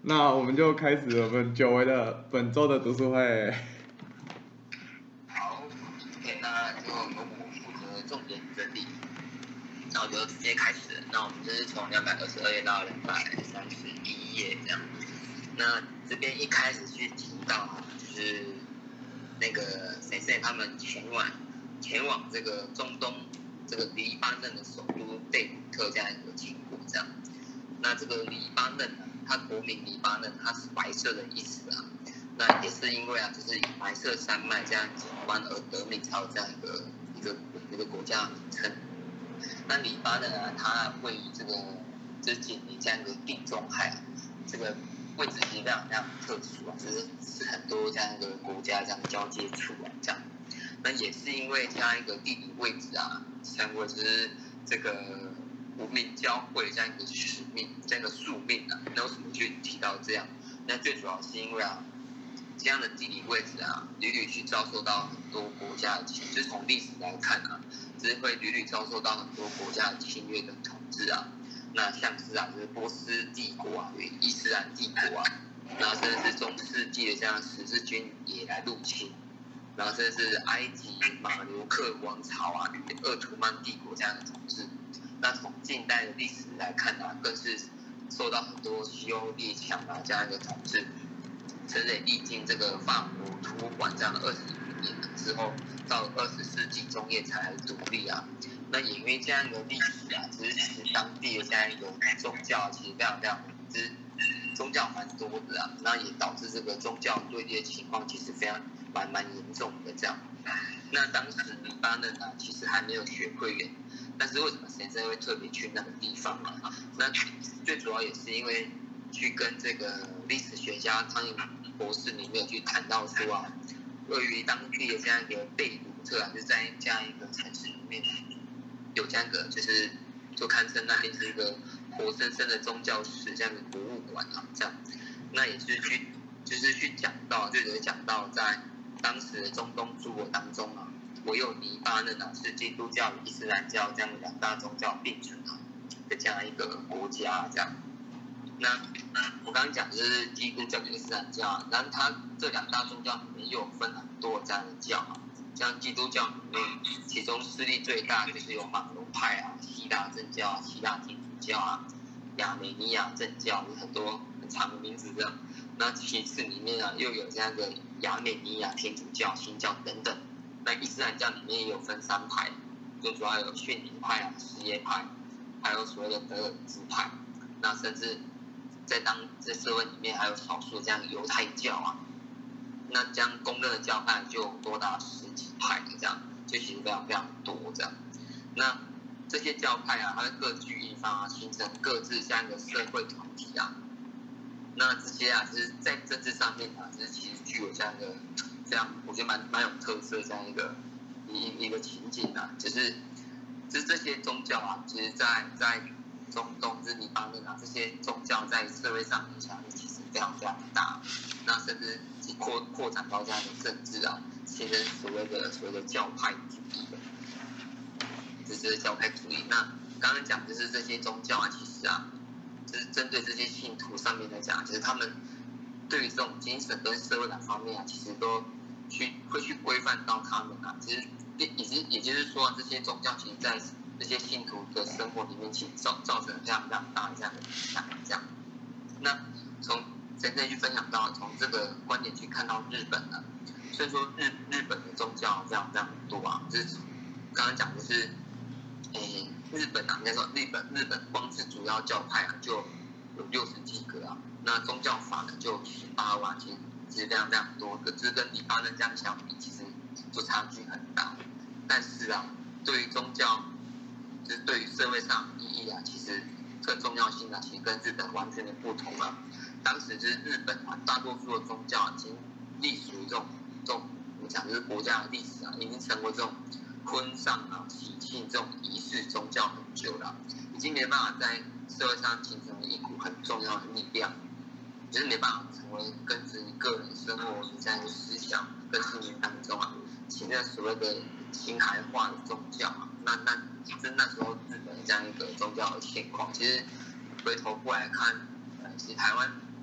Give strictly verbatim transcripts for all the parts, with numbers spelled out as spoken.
那我们就开始我们久违的本周的读书会。 好 ，OK， 那就由我负责重点整理，那我就直接开始了。那我们就是从两百二十二页到两百三十一页这样。那这边一开始去提到，就是那个谁谁他们前往前往这个中东这个黎巴嫩的首都贝鲁特这样一个经过这样。那这个黎巴嫩呢，它国名黎巴嫩，它是白色的意思啊。那也是因为啊，就是以白色山脉这样景观而得名，才有这样一个一个一个国家名称。那黎巴嫩啊，它位于这个就是紧邻这样一个地中海啊，这个位置其实非常非常特殊啊，就是是很多这样一个国家这样交接处啊，这样。那也是因为这样一个地理位置啊，相为就是这个无名教会这样一个使命，这样一个宿命啊。那为什么去提到这样？那最主要是因为啊，这样的地理位置啊，屡屡去遭受到很多国家的侵，就是从历史来看啊，就是会屡屡遭受到很多国家的侵略跟统治啊。那像是啊，就是波斯帝国啊，与伊斯兰帝国啊，然后甚至是中世纪的这样十字军也来入侵，然后甚至是埃及马留克王朝啊，与鄂图曼帝国这样的统治。那从近代的历史来看啊，更是受到很多西欧列强啊这样一个统治。甚至历经这个法国托管这样二十年之后，到二十世纪中叶才独立啊。那也因为这样一个历史啊，其实当地的这样一个宗教其实非常非常，就是宗教蛮多的啊。那也导致这个宗教对立的情况其实非常蛮蛮严重的这样。那当时黎巴嫩啊，其实还没有学会员，但是为什么先生会特别去那个地方啊？那最主要也是因为去跟这个历史学家汤因博士里面有去谈到说啊，位于当地的这样一个贝鲁特啊，就在这样一个城市里面，有这样一个就是就堪称那边是一个活生生的宗教史这样的博物馆啊，这样，那也是去就是去讲到，就有讲到在当时的中东诸国当中啊，唯有黎巴嫩啊是基督教与伊斯兰教这样两大宗教并存啊的这样一个国家啊，这样。那我刚刚讲就是基督教跟伊斯兰教，然后它这两大宗教里面又有分很多这样的教啊，像基督教里面，其中势力最大就是有马龙派啊、希腊正教啊、希腊天主教啊、亚美尼亚正教，有很多很长的名字这样。那其次里面啊，又有这样的亚美尼亚天主教、新教等等。那伊斯兰教里面也有分三派，最主要有逊尼派啊、什叶派，还有所谓的德尔兹派。那甚至在当这社会里面还有少数这样犹太教啊，那这样公认的教派就多达十几派的这样，就其实非常非常多这样。那这些教派啊，它会各据一方啊，形成各自这样一个社会团体啊。那这些啊，就是在政治上面啊，就是其实具有这样一个非常，我觉得蛮蛮有特色这样一个一一个情景啊，就是就是这些宗教啊，其实在在中东、就是黎巴嫩啊，这些宗教在社会上影响力其实非常非常大，那甚至扩扩展到这样的政治啊，形成所谓的所谓的教派主义的，这就是教派主义。那刚刚讲就是这些宗教啊，其实啊，就是针对这些信徒上面来讲，就是他们对于这种精神跟社会两方面啊，其实都去会去规范到他们啊，其实也也是也就是说，这些宗教其实在这些信徒的生活里面，其实造造成非常非常大的这样的影响。这样，那从真正去分享到从这个观点去看到日本啊，所以说日日本的宗教非常非常多啊，就是刚刚讲的是，诶，日本啊，应该说日本日本光是主要教派啊就有六十几个啊，那宗教法呢就十八万，其实其实非常非常多，可是跟黎巴嫩这样相比，其实就差距很大。但是啊，对于宗教，就是对于社会上意义啊，其实这个重要性啊，其实跟日本完全的不同啊。当时就是日本啊，大多数的宗教已经隶属于这种这种我们讲就是国家的历史啊，已经成为这种婚丧啊、喜庆这种仪式宗教很久了，已经没办法在社会上形成一股很重要的力量，就是没办法成为根植于个人生活的这样一个思想跟信念当中啊，形成所谓的形骸化的宗教啊。那那就是那时候日本这样一个宗教的现况，其实回头过来看，呃，其实台湾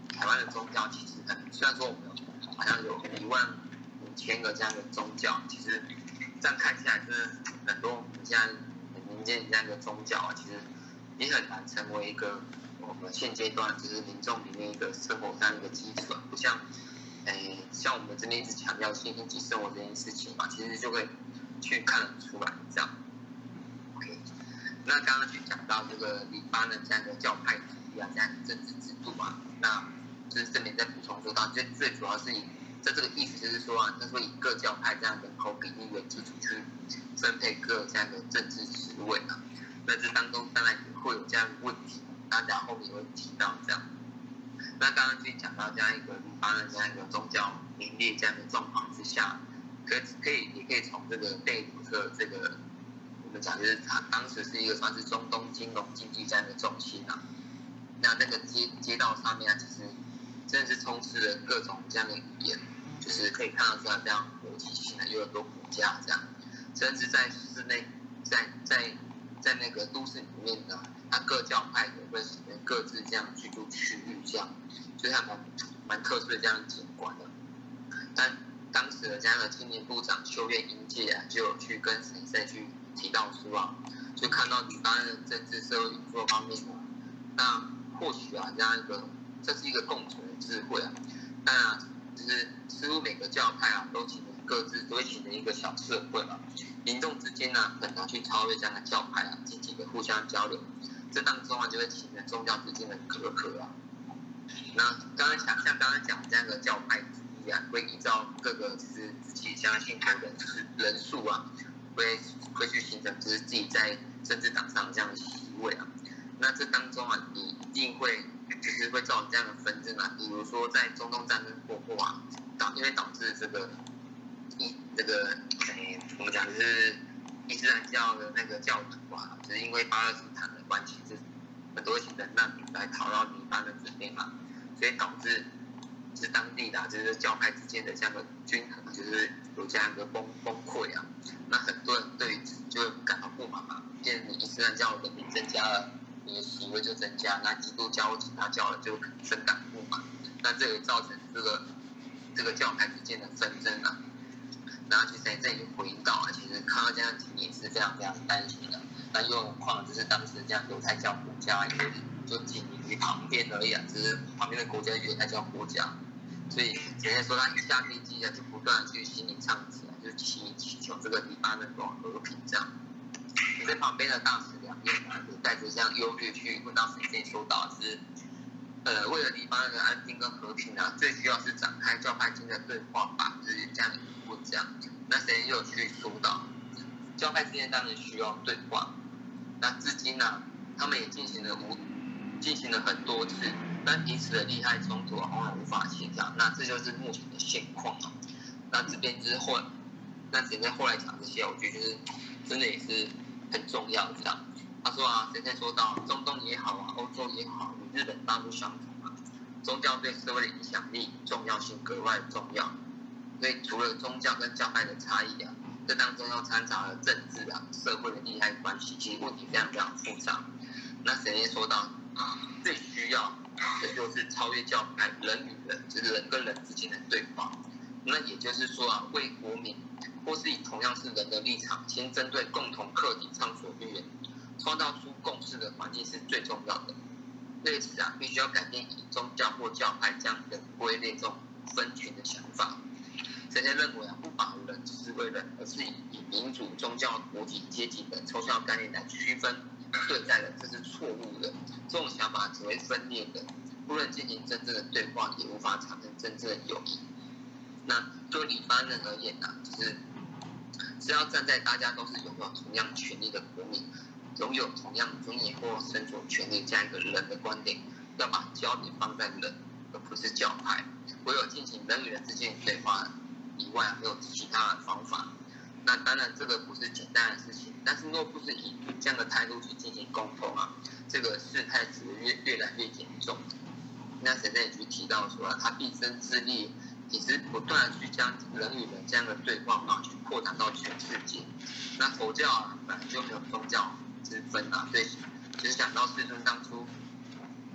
台湾的宗教其实很，虽然说我们好像有一万五千个这样的宗教，其实这样看起来，真的很多我们现在民间这样的宗教啊，其实也很难成为一个我们现阶段就是民众里面一个生活上一个基础，不像，诶，像我们这边一直强调信心及生活这件事情嘛，其实就会去看得出来这样。OK， 那刚刚去讲到这个黎巴嫩这样的教派主义啊，这样的政治制度啊，那就是这边再补充说到，最最主要是以这这个意思就是说啊，他说以各教派这样人口比例为基础去分配各这样的政治职位啊，那这当中当然也会有这样的问题，大家后面也会提到这样。那刚刚去讲到这样一个黎巴嫩这样一个宗教名列这样的状况之下，可可以也可以从这个贝鲁特这个我们讲就是它当时是一个算是中东金融经济这样的中心啊，那那个街街道上面啊，其实真的是充斥了各种这样的语言，就是可以看到这样这样国际性的有很多国家这样，甚至在室内，在在在那个都市里面呢，它各教派也会形成各自这样居住区域这样，所以还蛮蛮特殊的这样景观的。但当时的这样的青年部长修炼英介啊，就有去跟神圣去提到说啊，就看到黎巴嫩的政治社会运作方面啊，那或许啊这样一个这是一个共存的智慧啊，那就是似乎每个教派啊都形成各自都会形成一个小社会嘛，民众之间呢、啊、很难去超越这样的教派啊，积极的互相交流，这当中啊就会形成宗教之间的隔阂啊。那刚刚讲像刚刚讲这样的教派主义啊，会依照各个就是自己相信的人人数啊，会会去形成就是自己在政治党上这样的席位啊。那这当中啊，你一定会就是会造成这样的纷争啊。比如说在中东战争过后啊，导因为导致这个伊这个诶，我们讲的是伊斯兰教的那个教徒啊，就是因为巴勒斯坦的关系，是很多型的难民来逃到黎巴嫩这边嘛，所以导致是当地的、啊、就是教派之间的这样的均衡，就是有这样一个崩崩溃啊。那很多人对此就会感到不满嘛，既然你伊斯兰教的人增加了，你的席位就增加，那基督教或其他教的就深感不满，那这也造成这个这个教派之间的纷争啊。然后其实这里就回应到啊，其实看到这样的情形是非常非常担心的。那又何况就是当时这样犹太教国家也就紧邻于旁边而已啊，只是旁边的国家是犹太教国家，所以简单说他一下飞机啊，就不断的去心里唱词啊，就祈祈求这个黎巴嫩的和平这样。在旁边的大使两面啊，也带着这样忧虑去问到神仙说到是，呃，为了黎巴嫩的安定跟和平啊，最需要是展开教派间的对话吧，就是这样一问这样。那神仙又有去说到，教派之间当然需要对话，那至今呢、啊，他们也进行了无进行了很多次，但彼此的利害冲突啊，往往无法协调，那这就是目前的现况啊。那这边之后，那神仙后来讲这些，我觉得就是真的也是很重要这样。他说啊，神仙说到中东也好啊，欧洲也好，与日本大陆相同啊，宗教对社会的影响力重要性格外重要。所以除了宗教跟教派的差异啊，这当中又掺杂了政治啊、社会的利害关系，其实问题非常非常复杂。那神仙说到，最需要的就是超越教派，人与人，就是人跟人之间的对话。那也就是说啊，为国民或是以同样是人的立场，先针对共同课题畅所欲言，创造出共识的环境是最重要的。对此啊，必须要改变以宗教或教派将人归类这种分群的想法。神仙认为啊，不把人视为人，而是以以民主、宗教、国籍、阶级等抽象概念来区分对待人，这是错误的。这种想法只会分裂人，不论进行真正的对话，也无法产生真正的友谊。那就黎巴嫩而言啊，就是是要站在大家都是拥有同样权利的国民，拥有同样尊严或生存权利这样一个人的观点，要把焦点放在人，而不是教派。唯有进行人与人之间的对话以外，没有其他的方法。那当然，这个不是简单的事情，但是若不是以这样的态度去进行沟通啊，这个事态只会越越来越严重。那神仙也去提到说、啊，他毕生致力也是不断的去将人与人这样的对话啊，去扩展到全世界。那佛教啊，本来就没有宗教之分啊，所以其实讲到世尊当初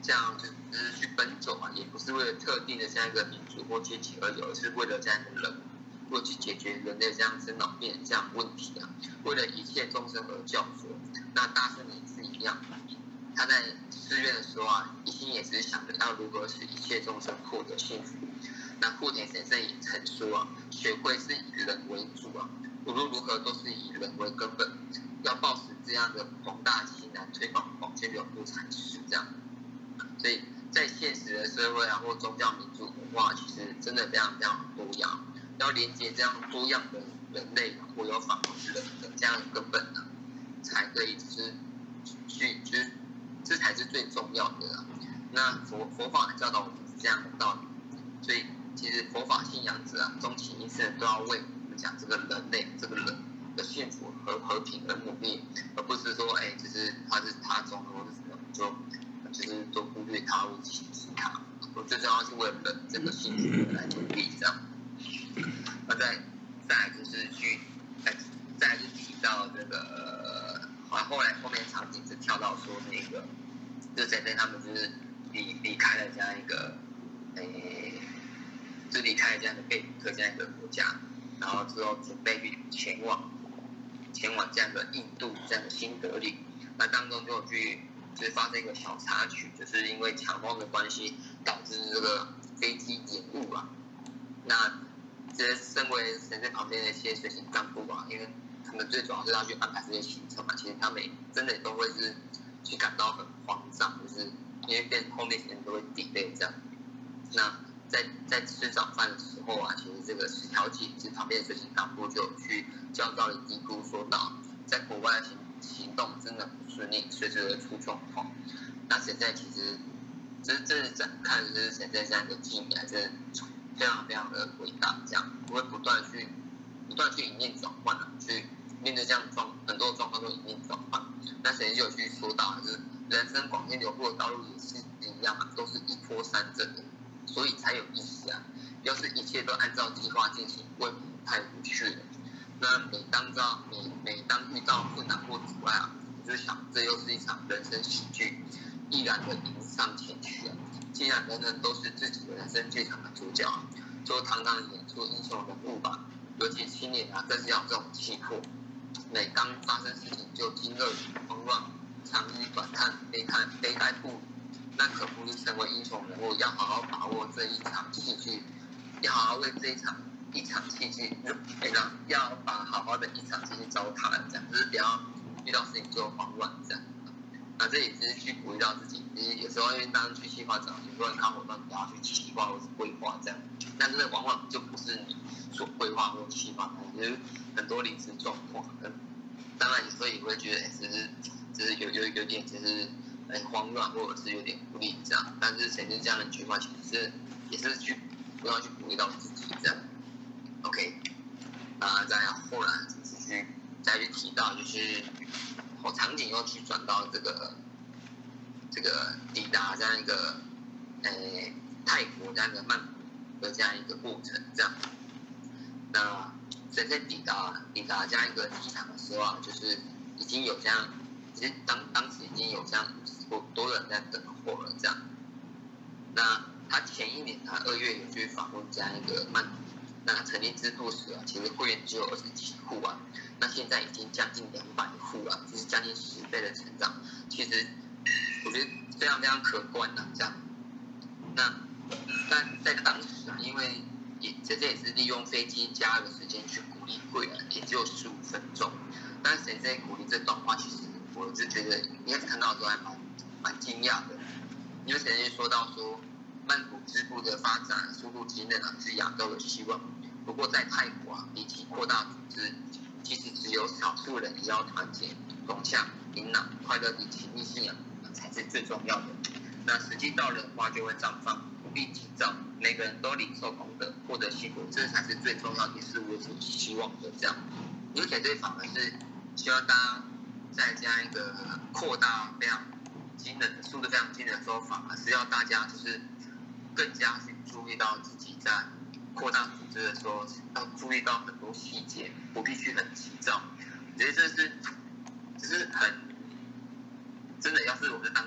这样就是去奔走啊，也不是为了特定的这样一个民族或阶级而有，而是为了这样一个人，为了去解决人类这样生老病这样问题啊，为了一切众生而教唆。那大圣也是一样，他在寺院的时候啊，一心也是想着要如何使一切众生获得幸福。那户田先生也曾说啊，学会是以人为主啊，无论如何都是以人为根本，要抱持这样的宏大心来推广广宣流布禅师这样。所以在现实的社会啊，或宗教民族文化，其实真的非常非常多样。要连接这样多样的人类，或有反人的这样的根本呢，才可以就是去就是这才是最重要的啊。那佛佛法教导我们是这样的道理，所以其实佛法信仰者啊，终其一生都要为我们讲这个人类这个人的幸福和和平而努力，而不是说哎，就是他是他中或是什么就。就是都忽略他或歧视他，我最重要是为了人这个幸福来努力这样。那再再来就是去，再再来就提到这个，后后来后面场景是跳到说那个，就谁谁他们就是离离开了这样一个，诶，就离开了这样的贝鲁特这样一个国家，然后之后准备去前往前往这样的印度这样的新德里，那当中就去。就是发生一个小插曲，就是因为强风的关系，导致这个飞机延误啊。那这些身为神在旁边的一些随行干部啊，因为他们最主要是要去安排这些行程嘛，其实他们真的都会是去感到很慌张，就是因为变后面时间都会 delay 这样。那在在吃早饭的时候啊，其实这个十条姐是旁边的随行干部就有去教导李低姑说到，在国外行行动真的不顺利，随时会出状况。那现在其实，这这是看就是现在这样一个记忆，还是非常非常的伟大，这样我会不断去不断去迎面转换啊，去面对这样状很多状况都迎面转换。那谁就有去说到，就是人生广天流布的道路也是一样啊，都是一波三折的，所以才有意思啊。要是一切都按照计划进行，未免太无趣了。那每当到每每当遇到困难或阻碍啊，我就想这又是一场人生喜剧，毅然的迎上前去啊！既然人人都是自己的人生剧场的主角，就堂堂演出英雄人物吧。尤其青年啊，更是要这种气魄。每当发生事情就惊愕慌乱，长吁短叹，悲叹悲哀不已。那可不是成为英雄人物，要好好把握这一场戏剧，要好好为这一场。一场戏剧，哎，让要把好好的一场戏剧糟蹋了，这样就是不要遇到事情就慌乱这样。那这也是去鼓励到自己，其实有时候因为当去计划找很多人看活动，你要去计划或是规划这样，但是那往往就不是你所规划或计划的，就是很多临时状况。当然有时候也会觉得，哎，只是只是有有有点就是哎慌乱，或者是有点无力这样。但是谁是这样的计划，其实是也是去不要去鼓励到自己这样。OK， 那再后来继续再去提到，就是我场景又去转到这个这个抵达这样一个诶泰国这样一个曼谷的这样一个过程，这样。那在在抵达抵达这样一个机场的时候啊，就是已经有这样，其实当当时已经有这样多多人在等候了，这样。那他前一年他二月有去访问这样一个曼谷。那成立支部时啊，其实会员只有二十几户啊，那现在已经将近两百户了，就是将近十倍的成长。其实我觉得非常非常可观的、啊、这样。那但在当时啊，因为也姐姐也是利用飞机加的时间去鼓励会员，也只有十五分钟。但是谁在鼓励这段话，其实我就觉得一开始看到的时候还蛮蛮惊讶的，因为谁在说到说。曼谷支部的发展速度惊人啊，是亚洲的希望。不过在泰国啊，比起扩大组织，即使只有少数人也要团结、融洽、明朗、快乐的情谊信仰才是最重要的。那时机到了，花就会绽放，不必急躁，每个人都领受功德，获得幸福，这才是最重要，也是我所希望的。这样，而且这反而是希望大家在这样一个扩大非常惊人的速度非常惊人的时候，反而是要大家就是更加去注意到自己在扩大组织的时候，要注意到很多细节，不必去很急躁。我觉得这是，就是很真的，要是我是当下，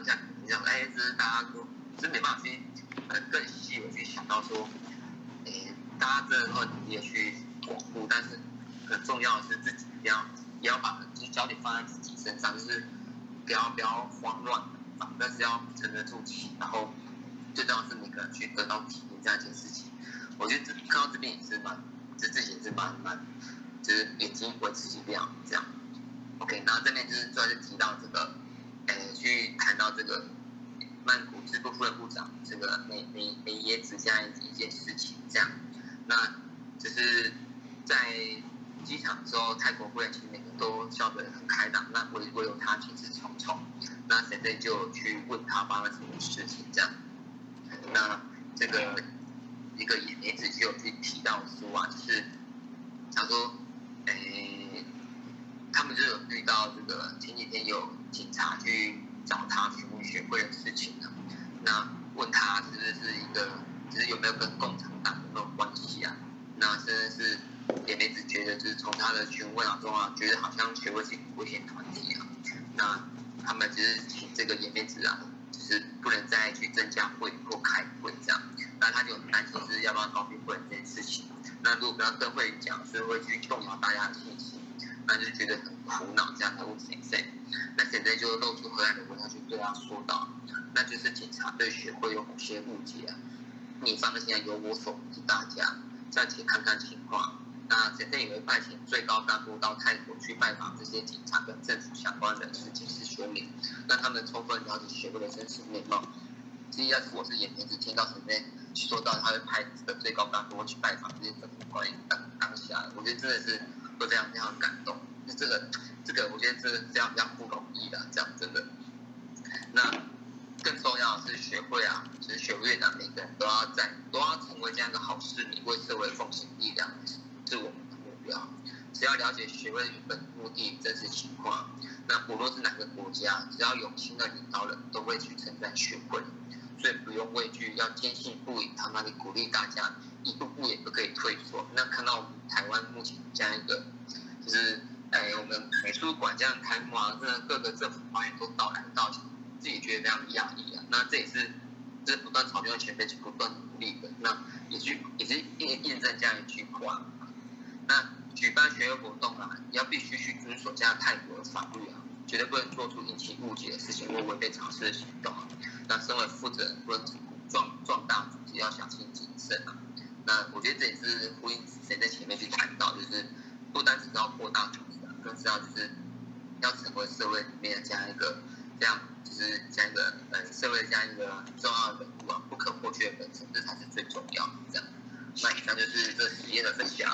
你想，哎，就是大家说，是没办法去呃更细的去想到说，哎，大家真的都很努力的去巩固，但是很重要的是自己不要不要把就是焦点放在自己身上，就是不要不要慌乱，但是要沉得住气，然后最重要是每个人去得到体验这样一件事情。我觉得这看到这边也是蛮，就自己也是蛮蛮，就是眼睛维持起亮这样。OK， 那这边就是主要是提到这个，呃，去谈到这个曼谷支部副部长这个美美美椰子这样一件事情，这样，那就是在机场的时候，泰国会其实每个人都笑得很开朗，那唯唯有他心事重重，那谁谁就去问他发生什么事情这样，那这个一个野梅子就有去提到说啊，就是他说，诶，他们就有遇到这个前几天有警察去找他询问学会的事情呢，那问他是不是一个，就是有没有跟共产党有没有关系啊？那甚至是野梅子觉得，就是从他的询问当中啊，觉得好像学会是一个危险团体啊。那他们就是请这个野梅子啊，就是不能再去增加会或开会这样。那他就很担心是要不要告闭会这件事情。那如果不要跟会讲，所以会去动摇大家的信心，那就觉得很苦恼，这样才问先生。那现在就露出和蔼的微笑去对他说道，那就是警察对学会有某些误解啊。你放心啊，由我守护大家，暂且看看情况。那前阵也会派遣最高干部到泰国去拜访这些警察跟政府相关人士，解释说明，让他们充分了解学会的真实面貌。其实要是我是演员，只听到前面说到他会派这个最高干部去拜访这些政府官员当当下，我觉得真的是会非常非常感动。就这个这个，我觉得这个非常非常不容易的，这样真的。那更重要的是学会啊，就是学会的每个人都要在都要成为这样一个好市民，为社会奉献力量，是我们的目标。只要了解学会原本目的、真实情况，那不论是哪个国家，只要有心的领导人都会去称赞学会，所以不用畏惧，要坚信不疑，他那里鼓励大家一步步也不可以退缩。那看到我们台湾目前这样一个，就是哎，我们美术馆这样开幕啊，真的各个政府官员都到来到场。自己觉得非常压抑啊，那这也是这不断朝廷的前辈去不断努力的，那也去也是印印证这样一句话。那举办学会活动啊，也要必须去遵守这样泰国的法律啊，绝对不能做出引起误解的事情或违背常识的行动啊。那身为负责人，不能壮壮大组织，要小心谨慎啊。那我觉得这也是呼应谁在前面去谈到，就是不单只是要扩大组织啊，更是要就是要成为社会里面的这样一个。这样就是这样一个呃社会这样一个重要的人物啊，不可或缺的人生，这才是最重要的。这样，那以上就是这实验的分享。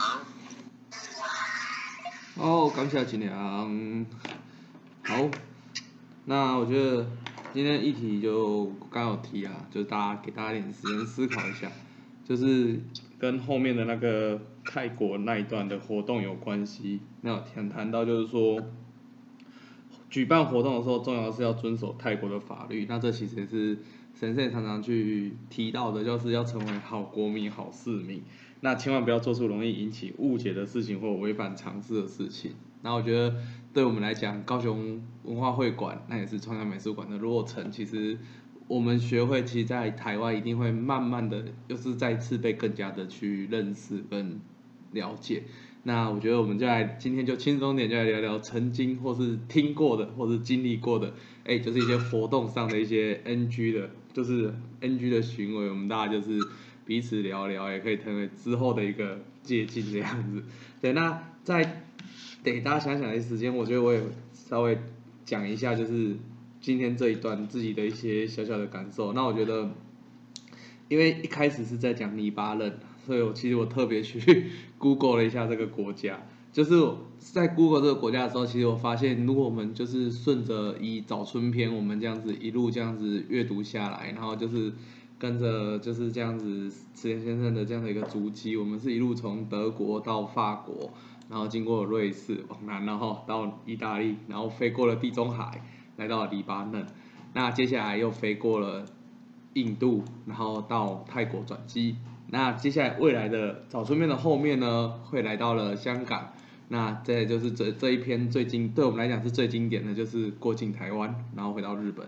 好，感谢金良。好，那我觉得今天议题就刚有提啊，就是大家给大家一点时间思考一下，就是跟后面的那个泰国那一段的活动有关系。那有谈谈到就是说。举办活动的时候，重要的是要遵守泰国的法律。那这其实也是神圣常常去提到的，就是要成为好国民、好市民。那千万不要做出容易引起误解的事情或违反常识的事情。那我觉得对我们来讲，高雄文化会馆那也是创阳美术馆的落成，其实我们学会其实在台湾一定会慢慢的，又是再次被更加的去认识跟了解。那我觉得我们就来今天就轻松点，就来聊聊曾经或是听过的，或是经历过的，哎、欸，就是一些活动上的一些 N G 的，就是 N G 的行为，我们大家就是彼此聊聊，也可以成为之后的一个借鉴这样子。对，那在给大家想想的时间，我觉得我也稍微讲一下，就是今天这一段自己的一些小小的感受。那我觉得，因为一开始是在讲黎巴嫩。所以我其实我特别去 Google 了一下这个国家，就是在 Google 这个国家的时候，其实我发现，如果我们就是顺着以早春篇，我们这样子一路这样子阅读下来，然后就是跟着就是这样子池田先生的这样的一个足迹，我们是一路从德国到法国，然后经过瑞士往南，然后到意大利，然后飞过了地中海，来到了黎巴嫩，那接下来又飞过了印度，然后到泰国转机。那接下来未来的早春篇的后面呢，会来到了香港。那这就是这这一篇最经对我们来讲是最经典的，就是过境台湾，然后回到日本。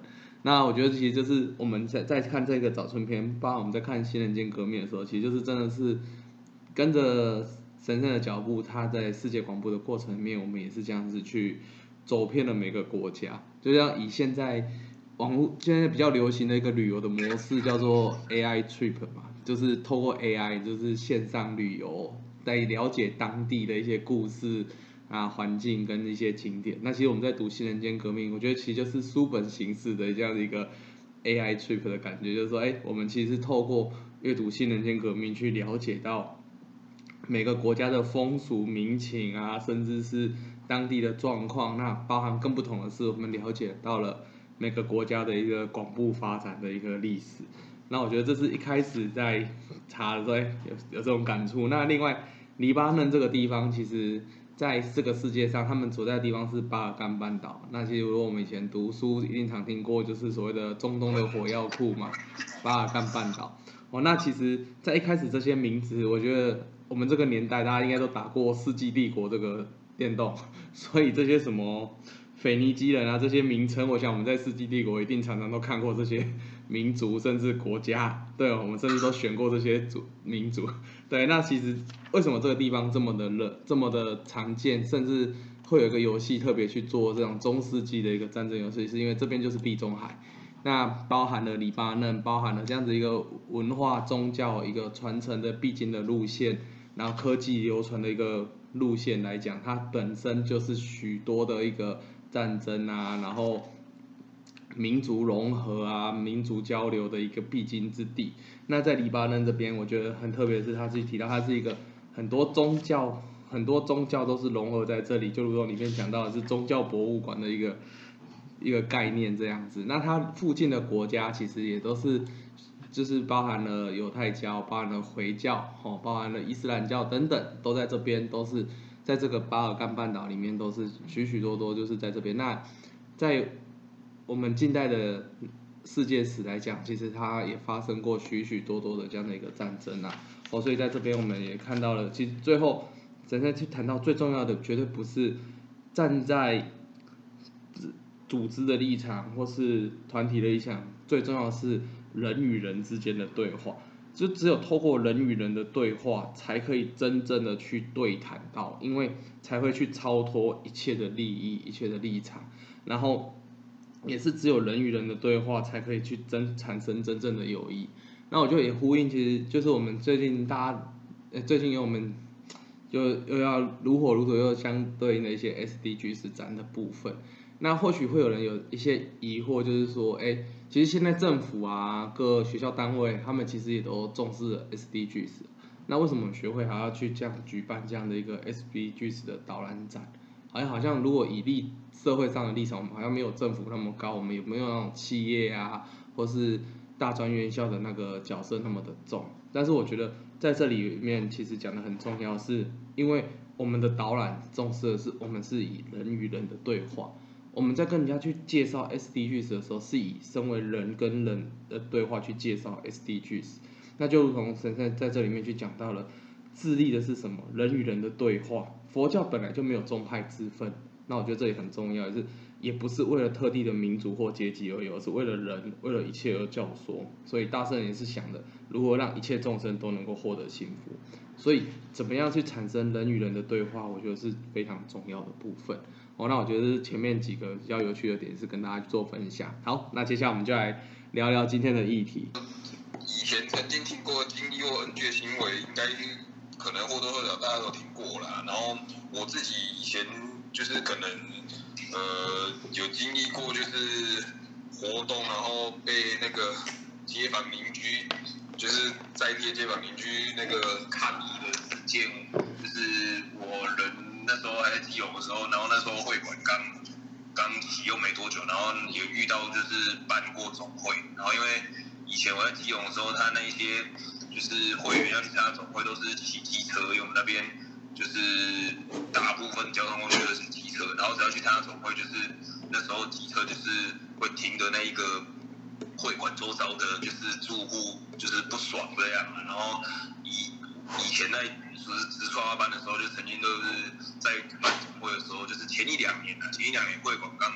那我觉得其实就是我们在在看这个早春篇，包括我们在看新人间革命的时候，其实就是真的是跟着神圣的脚步，他在世界广播的过程里面，我们也是这样子去走遍了每个国家。就像以现在网络现在比较流行的一个旅游的模式，叫做 A I trip 嘛，就是透过 A I， 就是线上旅游，来了解当地的一些故事啊、环境跟一些景点。那其实我们在读《新人间革命》，我觉得其实就是书本形式的这样的一个 A I trip 的感觉，就是说，哎，我们其实透过阅读《新人间革命》去了解到每个国家的风俗民情啊，甚至是当地的状况。那包含更不同的是，我们了解到了每个国家的一个广布发展的一个历史。那我觉得这是一开始在查的时候有有这种感触。那另外，黎巴嫩这个地方，其实在这个世界上，他们所在的地方是巴尔干半岛。那其实如果我们以前读书一定常听过，就是所谓的中东的火药库嘛，巴尔干半岛。哦，那其实，在一开始这些名字，我觉得我们这个年代大家应该都打过《世纪帝国》这个电动，所以这些什么腓尼基人啊这些名称，我想我们在《世纪帝国》一定常常都看过这些民族甚至国家，对，我们甚至都选过这些族民族。对，那其实为什么这个地方这么的热，这么的常见，甚至会有一个游戏特别去做这种中世纪的一个战争游戏，是因为这边就是地中海。那包含了黎巴嫩，包含了这样子一个文化宗教一个传承的必经的路线，然后科技流传的一个路线来讲，它本身就是许多的一个战争啊，然后民族融合啊，民族交流的一个必经之地。那在黎巴嫩这边，我觉得很特别的是，他自己提到它是一个很多宗教，很多宗教都是融合在这里，就如同里面讲到的是宗教博物馆的一个。一个概念这样子，那它附近的国家其实也都是，就是包含了犹太教，包含了回教，哦，包含了伊斯兰教等等，都在这边，都是在这个巴尔干半岛里面都是许许多多就是在这边。那在我们近代的世界史来讲，其实它也发生过许许多多的这样的一个战争啊，哦，所以在这边我们也看到了，其实最后真正去谈到最重要的，绝对不是站在组织的立场或是团体的立场，最重要的是人与人之间的对话。就只有透过人与人的对话，才可以真正的去对谈到，因为才会去超脱一切的利益、一切的立场，然后也是只有人与人的对话，才可以去真产生真正的友谊。那我就也呼应，其实就是我们最近大家，呃，最近有我们就又要如火如荼又相对应的一些 S D Gs 展的部分。那或许会有人有一些疑惑，就是说，哎，其实现在政府啊，各学校单位，他们其实也都重视 S D Gs， 那为什么学会还要去这样举办这样的一个 S D Gs 的导览展？好像好像如果以立社会上的立场，我们好像没有政府那么高，我们有没有那种企业啊，或是大专院校的那个角色那么的重？但是我觉得在这里面其实讲的很重要，是因为我们的导览重视的是我们是以人与人的对话。我们在跟人家去介绍 S D Gs 的时候，是以身为人跟人的对话去介绍 S D Gs， 那就如同神圣在这里面去讲到了，致力的是什么？人与人的对话。佛教本来就没有宗派之分，那我觉得这里很重要，是也不是为了特定的民族或阶级而已，而是为了人，为了一切而教唆。所以大圣也是想的，如何让一切众生都能够获得幸福。所以怎么样去产生人与人的对话，我觉得是非常重要的部分。哦，那我觉得前面几个比较有趣的点是跟大家做分享。好，那接下来我们就来聊聊今天的议题。 以前曾经听过经历过 N G 的行为，应该可能或多或少大家都听过啦。然后我自己以前就是可能呃有经历过，就是活动，然后被那个街坊邻居，就是在地的街坊邻居那个抗议的事件，就是我人。那时候还在基隆的时候，然后那时候会馆刚刚启用没多久，然后也遇到就是办过总会，然后因为以前我在基隆的时候，他那一些就是会员要去参加总会都是骑机车，因为我们那边就是大部分交通工具都是机车，然后只要去参加总会，就是那时候机车就是会停的那一个会馆周遭的，就是住户就是不爽这样，然后以以前在就是直刷花班的时候，就曾经都是在办总会的时候，就是前一两年啊，前一两年会馆刚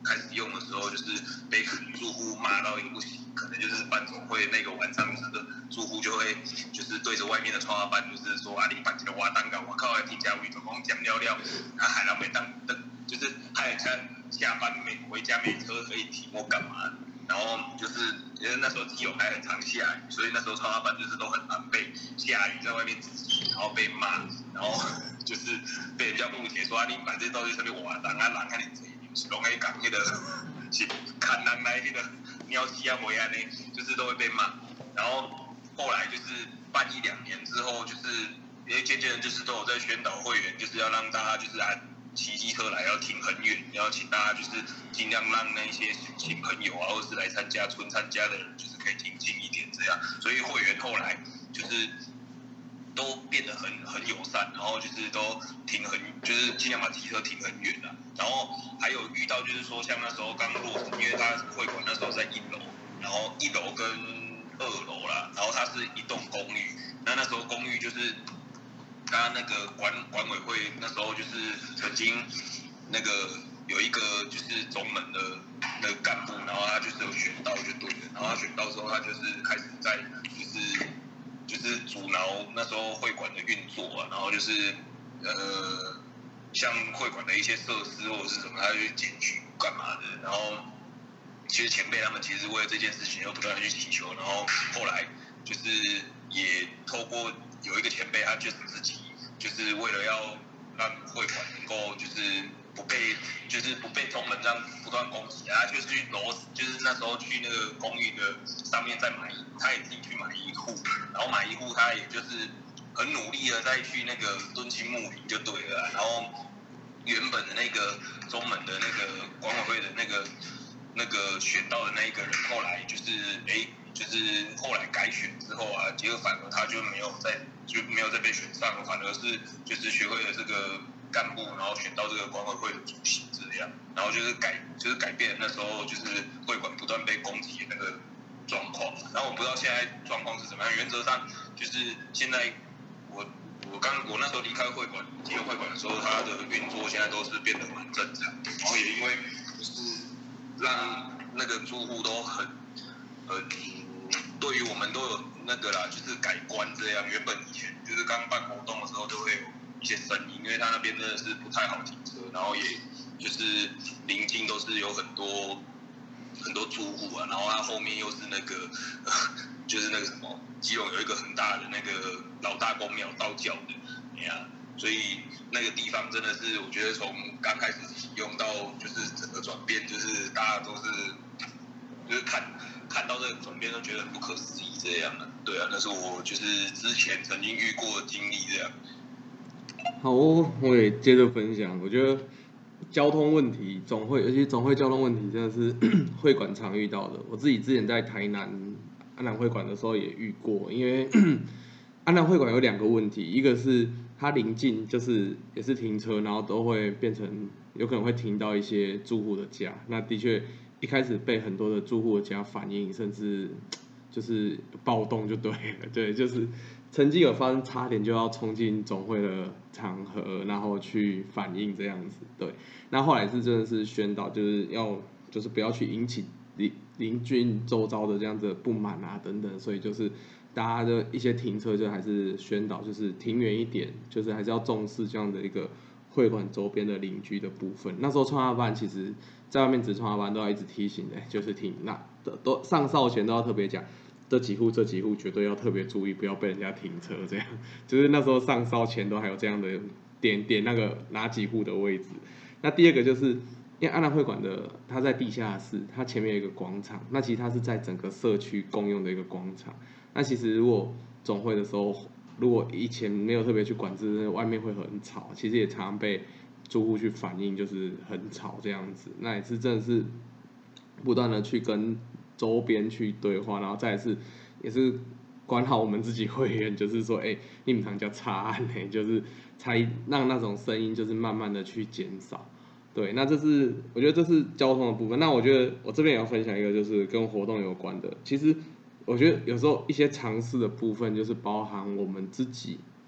开始用的时候，就是被住户骂到一个不行，可能就是办总会那个晚上，就是住户就会就是对着外面的窗花板，就是说啊，你办这个瓦当港，我靠，听家委总共讲了了，啊，海南没当的，就是害人家下班没回家没车可以停或干嘛。然后就是因为那时候基隆还很常下雨，所以那时候窗花板就是都很难被下雨在外面挤，然后被骂，然后就是被人家误解说啊，你反正都是特别瓦当啊，人看你这是拢喺讲那个是看人来那个鸟屎啊回啊呢，就是都会被骂。然后后来就是办一两年之后，就是因为渐渐的就是都有在宣导会员，就是要让大家就是啊。骑机车来要停很远，要请大家就是尽量让那些新朋友啊，或是来参加春参加的人，就是可以停近一点这样。所以会员后来就是都变得很很友善，然后就是都停很，就是尽量把机车停很远了。然后还有遇到就是说，像那时候刚落成，因为他会馆那时候在一楼，然后一楼跟二楼啦，然后它是一栋公寓，那那时候公寓就是。他那个管管委会那时候就是曾经那个有一个就是中门的那个干部，然后他就是有选到就对了，然后他选到之后，他就是开始在就是就是阻挠那时候会馆的运作啊，然后就是呃像会馆的一些设施或者是什么，他就去检举干嘛的，然后其实前辈他们其实为了这件事情又不断的去祈求，然后后来就是也透过。有一个前辈，他就是自己，就是为了要让会馆能够就是不被，就是不被中门这样不断攻击啊，就是去楼，就是那时候去那个公寓的上面再买，他也自己去买一户，然后买一户，他也就是很努力的再去那个敦亲睦邻就对了、啊，然后原本的那个中门的那个管委会的那个那个选到的那一个人，后来就是哎。就是后来改选之后啊，结果反而他就没有再就没有再被选上，反而是就是学会了这个干部，然后选到这个管委会的主席这样，然后就是改就是改变那时候就是会馆不断被攻击的那个状况。然后我不知道现在状况是怎么样，原则上就是现在我我刚我那时候离开会馆基隆会馆的时候，它的运作现在都是变得蛮正常，然后也因为就是让那个住户都很呃。对于我们都有那个啦，就是改观这样。原本以前就是刚办活动的时候，就会有一些声音，因为他那边真的是不太好停车，然后也就是临近都是有很多很多住户啊，然后他后面又是那个、呃、就是那个什么，基隆有一个很大的那个老大公庙道教的，哎呀，所以那个地方真的是我觉得从刚开始启用到就是整个转变，就是大家都是就是看。看到这个转变都觉得很不可思议，这样的，对啊，那是我就是之前曾经遇过的经历这样。 好，我也接着分享。我觉得交通问题总会，尤其总会交通问题真的是会馆常遇到的。我自己之前在台南安南会馆的时候也遇过，因为安南会馆有两个问题，一个是它临近就是也是停车，然后都会变成有可能会停到一些住户的家，那的确。一开始被很多的住户的家反映，甚至就是暴动就对了，对，就是曾经有发生差点就要冲进总会的场合，然后去反映这样子，对。那后来是真的是宣导，就是要就是不要去引起邻邻居周遭的这样子的不满啊等等，所以就是大家的一些停车就还是宣导，就是停远一点，就是还是要重视这样的一个会馆周边的邻居的部分。那时候创业班其实。在外面值创班都要一直提醒的，就是停那都上哨前都要特别讲，这几户这几户绝对要特别注意，不要被人家停车这样。就是那时候上哨前都还有这样的点点那个哪几户的位置。那第二个就是因为安南会馆的它在地下室，它前面有一个广场，那其实它是在整个社区共用的一个广场。那其实如果总会的时候，如果以前没有特别去管制，外面会很吵，其实也常常被。住户去反映就是很吵这样子，那也是真的是不断的去跟周边去对话，然后再来是也是管好我们自己会员，就是说，哎、欸，你们堂叫查案呢，就是才让那种声音就是慢慢的去减少。对，那这是我觉得这是交通的部分。那我觉得我这边也要分享一个就是跟活动有关的，其实我觉得有时候一些尝试的部分就是包含我们自己。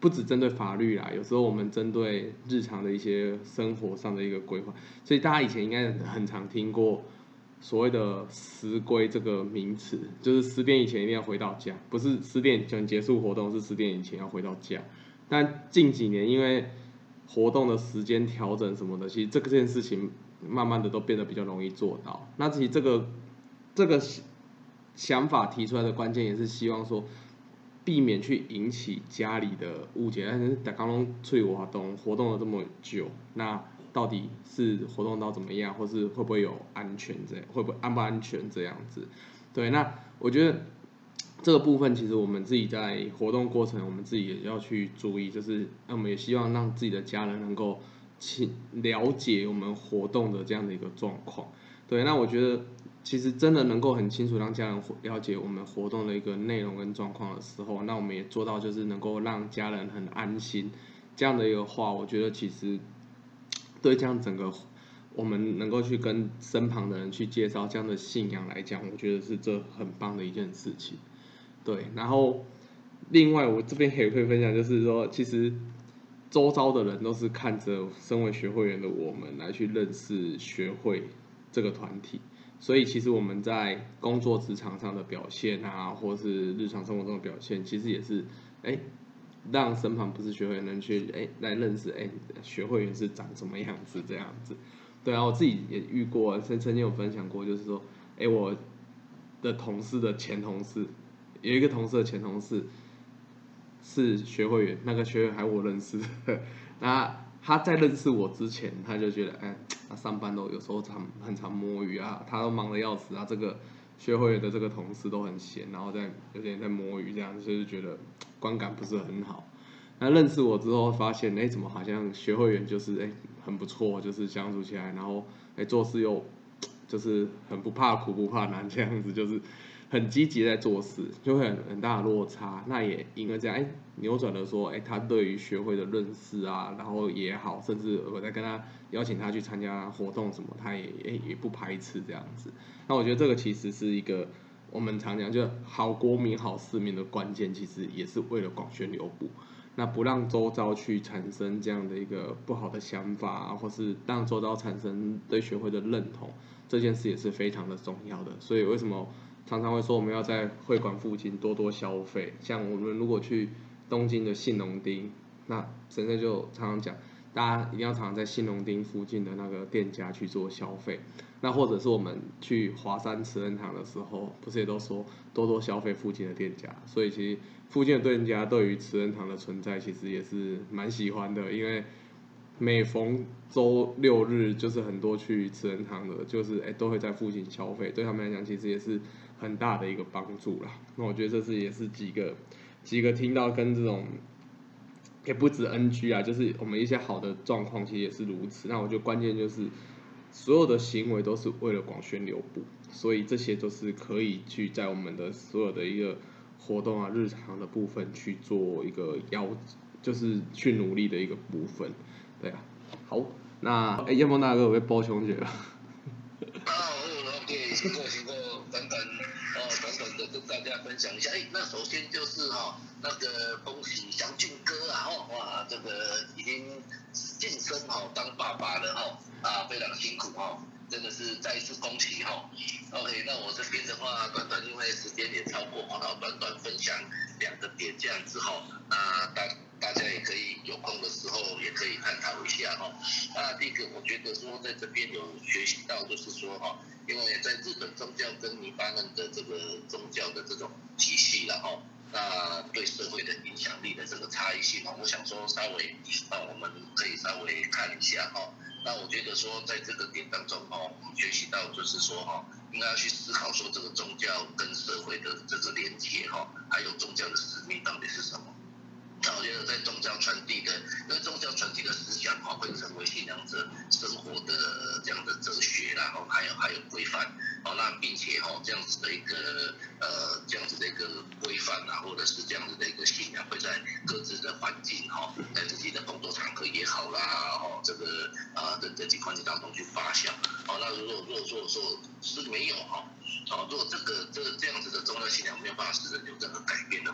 不只针对法律啦，有时候我们针对日常的一些生活上的一个规划，所以大家以前应该很常听过所谓的十归这个名词，就是十点以前一定要回到家，不是十点前结束活动，是十点以前要回到家。但近几年因为活动的时间调整什么的，其实这个这件事情慢慢的都变得比较容易做到。那其实这个这个想法提出来的关键也是希望说，避免去引起家里的误解。但是大家都出去活动，活动了这么久，那到底是活动到怎么样，或是会不会有安全这样，会不会安不安全这样子？对，那我觉得这个部分其实我们自己在活动过程，我们自己也要去注意，就是我们也希望让自己的家人能够了解我们活动的这样的一个状况。对，那我觉得其实真的能够很清楚让家人了解我们活动的一个内容跟状况的时候，那我们也做到就是能够让家人很安心这样的一个话，我觉得其实对这样整个我们能够去跟身旁的人去介绍这样的信仰来讲，我觉得是这很棒的一件事情。对，然后另外我这边也会分享，就是说其实周遭的人都是看着身为学会员的我们来去认识学会这个团体，所以其实我们在工作职场上的表现啊，或是日常生活中的表现，其实也是哎。让身旁不是学会员人去哎来认识哎学会员是长什么样子这样子，对啊，我自己也遇过，曾曾经有分享过，就是说哎我的同事的前同事，有一个同事的前同事是学会员，那个学员还我认识，那他在认识我之前，他就觉得哎他上班都有时候常很常摸鱼啊，他都忙得要死啊，这个学会员的这个同事都很闲，然后在有点在摸鱼这样子，就是觉得观感不是很好。那认识我之后发现，哎，怎么好像学会员就是哎很不错，就是相处起来，然后哎做事又就是很不怕苦不怕难这样子，就是很积极在做事，就会很很大的落差。那也因为这样，哎扭转了说，哎他对于学会的认识啊，然后也好，甚至我在跟他邀请他去参加活动什么，他也哎也不排斥这样子。那我觉得这个其实是一个我们常讲，就好国民好市民的关键，其实也是为了广宣流布。那不让周遭去产生这样的一个不好的想法啊，或是让周遭产生对学会的认同，这件事也是非常的重要的。所以为什么常常会说我们要在会馆附近多多消费？像我们如果去东京的信浓町，那神社就常常讲，大家一定要常常在信浓町附近的那个店家去做消费。那或者是我们去华山慈恩堂的时候，不是也都说多多消费附近的店家？所以其实附近的店家对于慈恩堂的存在，其实也是蛮喜欢的，因为每逢周六日就是很多去慈恩堂的，就是哎都会在附近消费，对他们来讲其实也是很大的一个帮助啦。那我觉得这是也是几个几个听到跟这种。也不止 N G 啊，就是我们一些好的状况，其实也是如此。那我觉得关键就是，所有的行为都是为了广宣流布，所以这些都是可以去在我们的所有的一个活动啊、日常的部分去做一个要，就是去努力的一个部分。对啊，好，那哎，要不大哥有被包熊姐了？ 啊，我 OK， 辛苦辛苦，短短哦，短短的跟大家分享一下。哎，那首先就是哈、哦，那个恭喜祥俊哥啊，哦，哇，这个已经晋升哈、哦、当爸爸了哈、哦，啊，非常辛苦哈、哦，真的是再一次恭喜哈、哦。OK， 那我这边的话，短短因为时间也超过，然后短短分享两个点这样子哈、哦，那大。大家也可以有空的时候也可以探讨一下哈。那第一个，我觉得说在这边有学习到，就是说哈，因为在日本宗教跟尼巴嫩的这个宗教的这种体系然后，那对社会的影响力的这个差异性哈，我想说稍微啊，我们可以稍微看一下哈。那我觉得说在这个点当中哈，我们学习到就是说哈，应该要去思考说这个宗教跟社会的这个连结哈，还有宗教的使命到底是什么。那我觉得在宗教传递的，因为宗教传递的思想哈，会成为信仰者生活的这样的哲学啦，哈，还有还有规范，好，那并且哈这样子的一个呃这样子的一个规范啊，或者是这样子的一个信仰，会在各自的环境哈，在自己的工作场合也好啦，哈，这个啊的人际关系当中去发酵，好，那如果如果说说是没有哈，好，如果这个这这样子的宗教信仰没有办法使人有任何改变的话。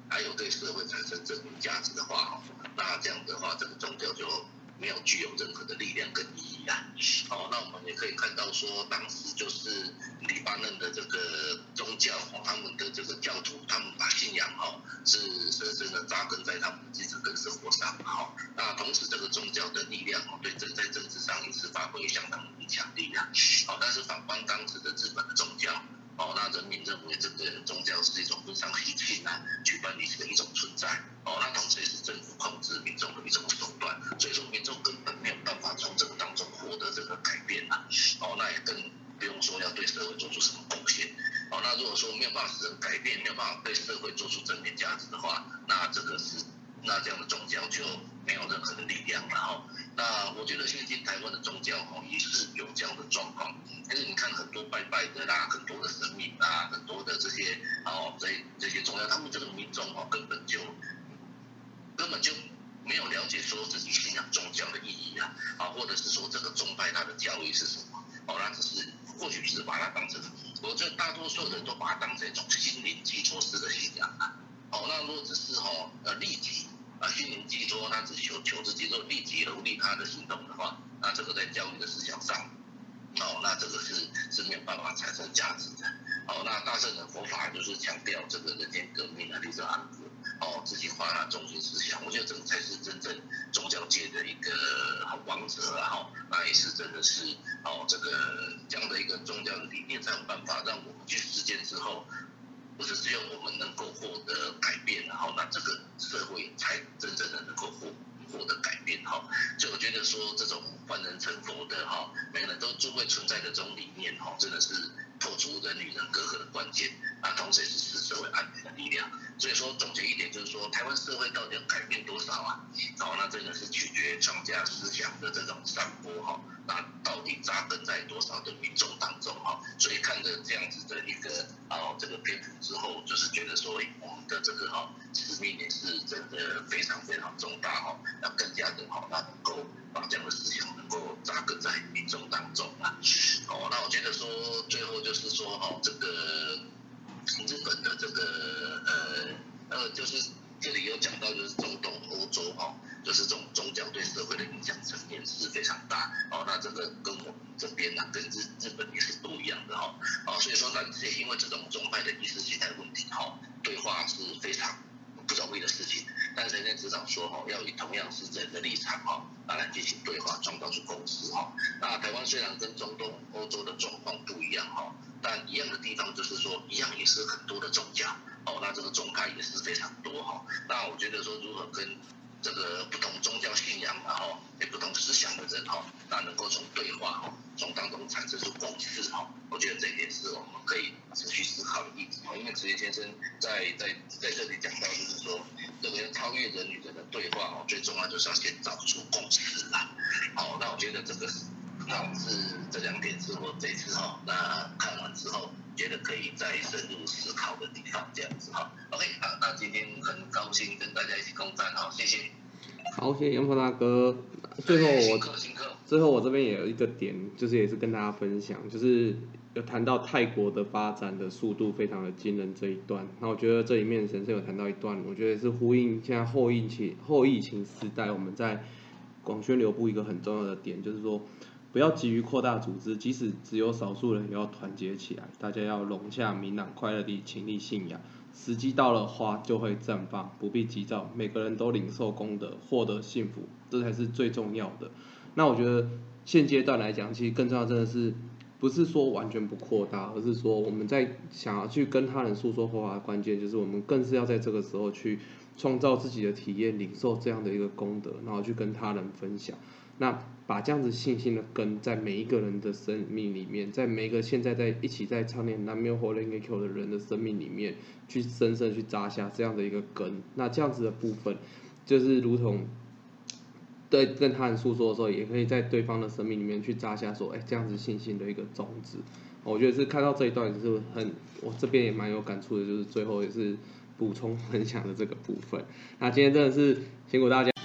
还有对社会产生正面价值的话，那这样的话，这个宗教就没有具有任何的力量跟意义啊。哦，那我们也可以看到说，当时就是黎巴嫩的这个宗教哦，他们的这个教徒，他们把信仰哦是深深的扎根在他们的精神跟生活上。好，那同时这个宗教的力量哦，对政在政治上也是发挥相当的影响力啊。好，但是反观当时的日本的宗教。哦，那人民认为这个宗教是一种非常稀奇啊、举办历史的一种存在。哦，那同时也是政府控制民众的一种手段，所以说民众根本没有办法从这个当中获得这个改变啊。哦，那也更不用说要对社会做出什么贡献。哦，那如果说没有办法使人改变，没有办法对社会做出正面价值的话，那这个是那这样的宗教就没有任何的力量了哈。那我觉得现今台湾的宗教哦也是有这样的状况，但是你看很多拜拜的啦，很多的神明啦，很多的这些哦这这些宗教，他们这个民众哦根本就根本就没有了解说自己信仰宗教的意义啊，啊或者是说这个宗派它的教义是什么，哦那只是或许是把它当成，我觉得大多数人都把它当成一种心灵寄托式的信仰啊，哦那如果只是哦呃利己。啊，心灵寄托，他只求求自己，若立即而无利他的行动的话，那这个在教育的思想上，哦，那这个是是没有办法产生价值的。哦，那大乘的佛法就是强调这个人间革命啊，立正安国，哦，自己化他中心思想，我觉得这个才是真正宗教界的一个王者啊，哈，那也是真的是哦，这个这样的一个宗教的理念才有办法让我们去实践之后。不是只有我们能够获得改变，然后那这个社会才真正的能够获获得改变哈。所以我觉得说这种万人成佛的哈，每个人都就会存在的这种理念哈，真的是破除人与人隔阂的关键，那同时也是使社会安定的力量。所以说总结一点就是说，台湾社会到底要改变多少啊？好，那真的是取决庄家思想的这种散播哈，那到底扎根在多少的民众当中哈？所以看着这样子的一个哦这个篇幅之后，就是觉得说我们的这个哈使命也是真的非常非常重大哈，要更加的哈，那能够把这样的思想能够扎根在民众当中啊。哦，那我觉得说最后就是说哈，这个日本的这个呃呃就是这里有讲到就是中东欧洲哈。就是这种宗教对社会的影响层面是非常大，哦，那这个跟我们这边呢、啊，跟日日本也是不一样的哈，啊、哦，所以说那也因为这种宗派的意识形态问题哈、哦，对话是非常不容易的事情，但是人家指导说哈、哦，要以同样是人的立场哈、哦，来进行对话，创造出共识哈、哦。那台湾虽然跟中东欧洲的状况不一样哈、哦，但一样的地方就是说，一样也是很多的宗教，哦，那这个宗派也是非常多哈、哦。那我觉得说如何跟这个不同宗教信仰然后也不同思想的人哈，那能够从对话哈，从当中产生出共识哈，我觉得这一点是我们可以持续思考的议题。因为职业先生在在在这里讲到，就是说这个超越人与人的对话哦，最重要就是要先找出共识啦。好，那我觉得这个那是这两点是我这次哈，那看完之后觉得可以再深入思考的地方，这样子哈。OK， 好，那今天很高兴跟大家一起共战哈，谢谢。 好，谢谢杨鹏大哥。最后我最后我这边也有一个点，就是也是跟大家分享，就是有谈到泰国的发展的速度非常的惊人这一段。那我觉得这里面神圣有谈到一段，我觉得是呼应现在后疫情后疫情时代我们在广宣流布一个很重要的点，就是说不要急于扩大组织，即使只有少数人也要团结起来，大家要融洽、明朗、快乐地倾力信仰。时机到了，花就会绽放，不必急躁，每个人都领受功德，获得幸福，这才是最重要的。那我觉得现阶段来讲，其实更重要真的是，不是说完全不扩大，而是说我们在想要去跟他人诉说佛法的关键，就是我们更是要在这个时候去创造自己的体验，领受这样的一个功德，然后去跟他人分享。那把这样子信心的根在每一个人的生命里面，在每一个现在在一起在唱念南无火莲给 Q 的人的生命里面，去深深去扎下这样的一个根。那这样子的部分，就是如同对跟他人诉说的时候，也可以在对方的生命里面去扎下说，哎，这样子信心的一个种子。我觉得是看到这一段就是很，我这边也蛮有感触的，就是最后也是补充分享的这个部分。那今天真的是辛苦大家。